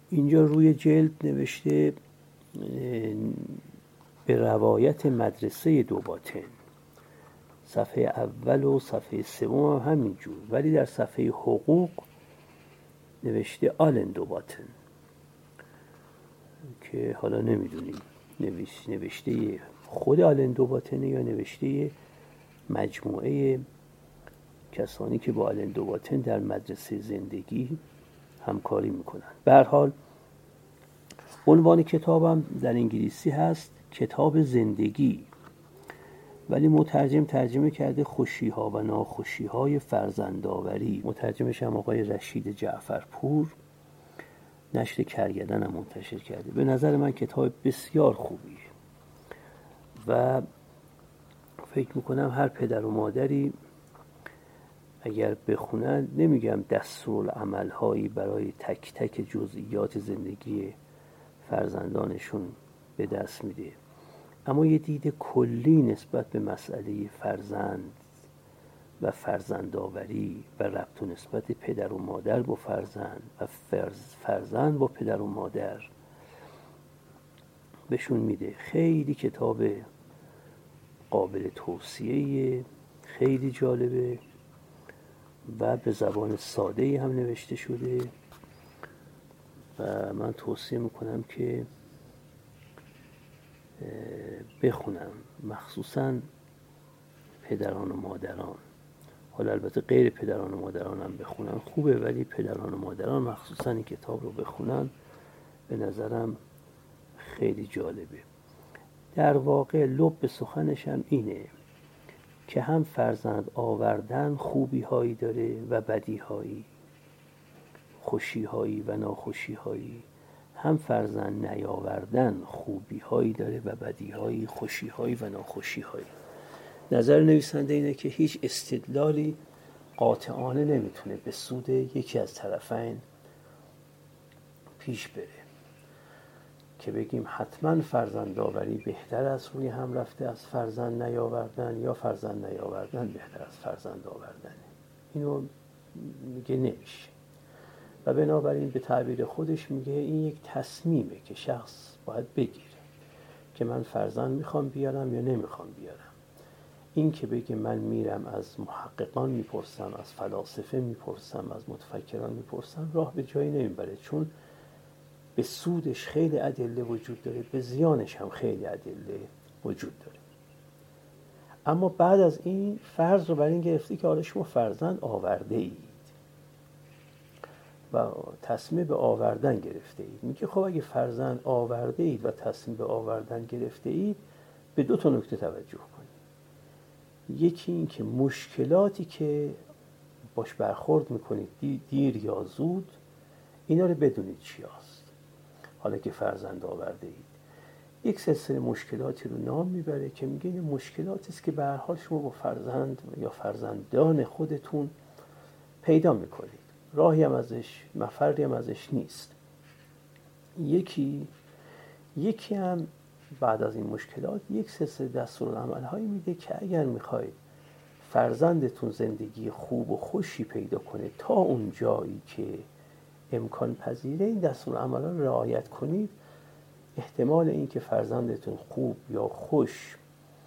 اینجا روی جلد نوشته به روایت مدرسه دوباتن. صفحه اول و صفحه سوم هم همینجور، ولی در صفحه حقوق نوشته آلن دوباتن که حالا نمیدونیم نوشته خود آلن دوباتنه یا نوشته مجموعه کسانی که با آلن دوباتن در مدرسه زندگی همکاری میکنن. به هر حال عنوان کتابم در انگلیسی هست کتاب زندگی، ولی مترجم ترجمه کرده خوشی‌ها و ناخوشی‌های فرزندآوری. مترجمش هم آقای رشید جعفرپور، نشر کرگدن هم منتشر کرده. به نظر من کتاب بسیار خوبیه و فکر میکنم هر پدر و مادری اگر بخونن، نمیگم دستورالعمل‌هایی برای تک تک جزئیات زندگی فرزندانشون به دست میده، اما یه دید کلی نسبت به مسئله فرزند و فرزندآوری و ربط و نسبت پدر و مادر با فرزند و فرزند با پدر و مادر بهشون میده. خیلی کتاب قابل توصیه، خیلی جالبه و به زبان ساده هم نوشته شده و من توصیه میکنم که بخونم، مخصوصا پدران و مادران. حالا البته غیر پدران و مادران هم بخونن خوبه، ولی پدران و مادران مخصوصا این کتاب رو بخونن به نظرم خیلی جالبه. در واقع لب سخنش هم اینه که هم فرزند آوردن خوبی هایی داره و بدی هایی، خوشی هایی و ناخوشی هایی، هم فرزند نیاوردن خوبی هایی داره و بدی هایی، خوشی هایی و ناخوشی هایی. نظر نویسنده اینه که هیچ استدلالی قاطعانه نمیتونه به سود یکی از طرفین پیش بره که بگیم حتما فرزند آوری بهتر از روی هم رفته از فرزند نیاوردن یا فرزند نیاوردن بهتر از فرزند آوردن. اینو میگه نمیشه و بنابراین به تعبیر خودش میگه این یک تصمیمه که شخص باید بگیره که من فرزند میخوام بیارم یا نمیخوام بیارم. این که بگه من میرم از محققان میپرسم، از فلاسفه میپرسم، از متفکران میپرسم، راه به جایی نمیبره، چون به سودش خیلی ادله وجود داره، به زیانش هم خیلی ادله وجود داره. اما بعد از این فرض رو بر این گرفتی که حالا شما فرزند آورده اید و تصمیم به آوردن گرفته اید. میگه خب اگه فرزند آورده اید و تصمیم به آوردن گرفته اید، به دو تا نکته توجه کنید. یکی این که مشکلاتی که باش برخورد میکنید دیر یا زود، اینا رو بدونید چی هست. حالا که فرزند آورده اید، یک سلسله مشکلاتی رو نام میبره که میگه این مشکلاتی است که به هر حال شما با فرزند یا فرزندان خودتون پیدا میکنید، راهی هم ازش، مفری هم ازش نیست. یکی هم بعد از این مشکلات یک سلسله دستورالعمل‌هایی میده که اگر میخواید فرزندتون زندگی خوب و خوشی پیدا کنه تا اون جایی که امکان پذیره، این دستورالعمل‌ها رو رعایت کنید، احتمال این که فرزندتون خوب یا خوش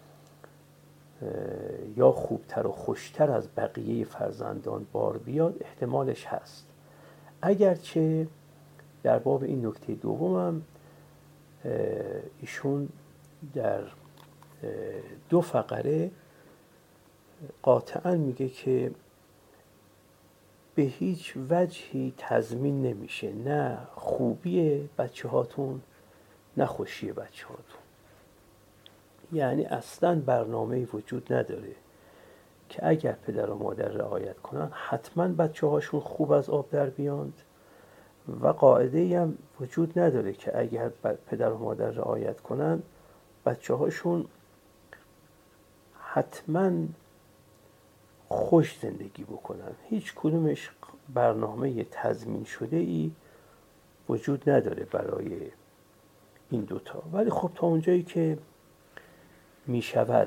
یا خوبتر و خوشتر از بقیه فرزندان بار بیاد احتمالش هست. اگرچه در باب این نکته دومم ایشون در 2 فقره قاطعا میگه که به هیچ وجهی تضمین نمیشه نه خوبی بچه هاتون نه خوشی بچه هاتون. یعنی اصلا برنامه‌ای وجود نداره که اگر پدر و مادر رعایت کنن حتما بچه هاشون خوب از آب در بیاند و قاعده‌ای هم وجود نداره که اگر پدر و مادر رعایت کنن بچه هاشون حتما خوش زندگی بکنن. هیچ کدومش برنامه تضمین شده ای وجود نداره برای این دوتا. ولی خب تا اونجایی که می شود،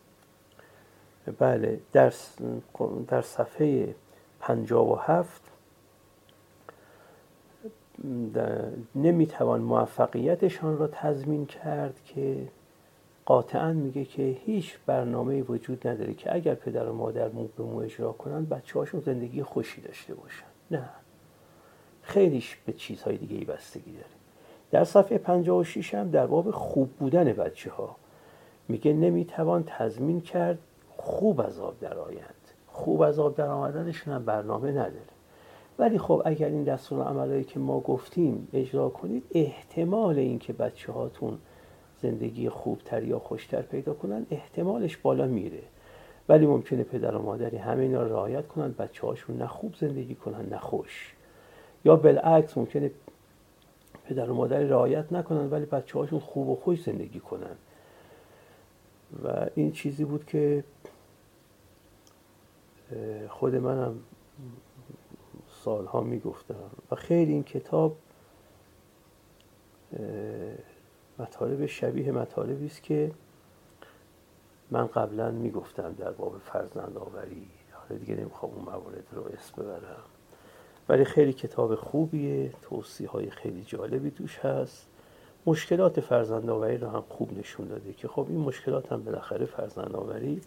بله، در صفحه 57 نمیتوان موفقیتشان را تضمین کرد که قاطعاً میگه که هیچ برنامه‌ای وجود نداره که اگر پدر و مادر مو به مو اجرا کنن بچه‌هاشون زندگی خوشی داشته باشن. نه، خیلیش به چیزهای دیگه ای بستگی داره. در صفحه 56 هم در باب خوب بودن بچه‌ها میگه نمیتوان تضمین کرد خوب از آب درآیند. خوب از آب در آمدنشون هم برنامه نداره. ولی خب اگر این دستورالعملایی که ما گفتیم اجرا کنید، احتمال این که بچه‌هاتون زندگی خوبتر یا خوشتر پیدا کنن احتمالش بالا میره. ولی ممکنه پدر و مادری همه اینا رو رعایت کنن، بچه‌هاشون نه خوب زندگی کنن نه خوش. یا بالعکس ممکنه پدر و مادری رعایت نکنن ولی بچه‌هاشون خوب و خوش زندگی کنن. و این چیزی بود که خود منم سالها میگفتم و خیلی این کتاب مطالب شبیه مطالبی است که من قبلا میگفتم در باب فرزند آوری. حالا دیگه نمیخوام اون موارد رو اسم ببرم، ولی خیلی کتاب خوبیه، توصیه های خیلی جالبی توش هست. مشکلات فرزند آوری رو هم خوب نشون داده که خب این مشکلات هم بالاخره فرزند آوری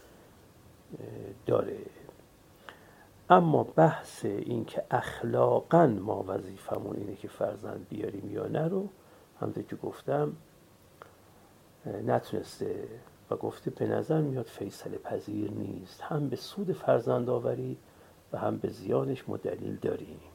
داره. اما بحث این که اخلاقاً ما وظیفمون اینه که فرزند بیاریم یا نه رو همونطور که گفتم نتونسته و گفته به نظر میاد فیصله پذیر نیست. هم به سود فرزند آوری و هم به زیانش ما دلیل داریم.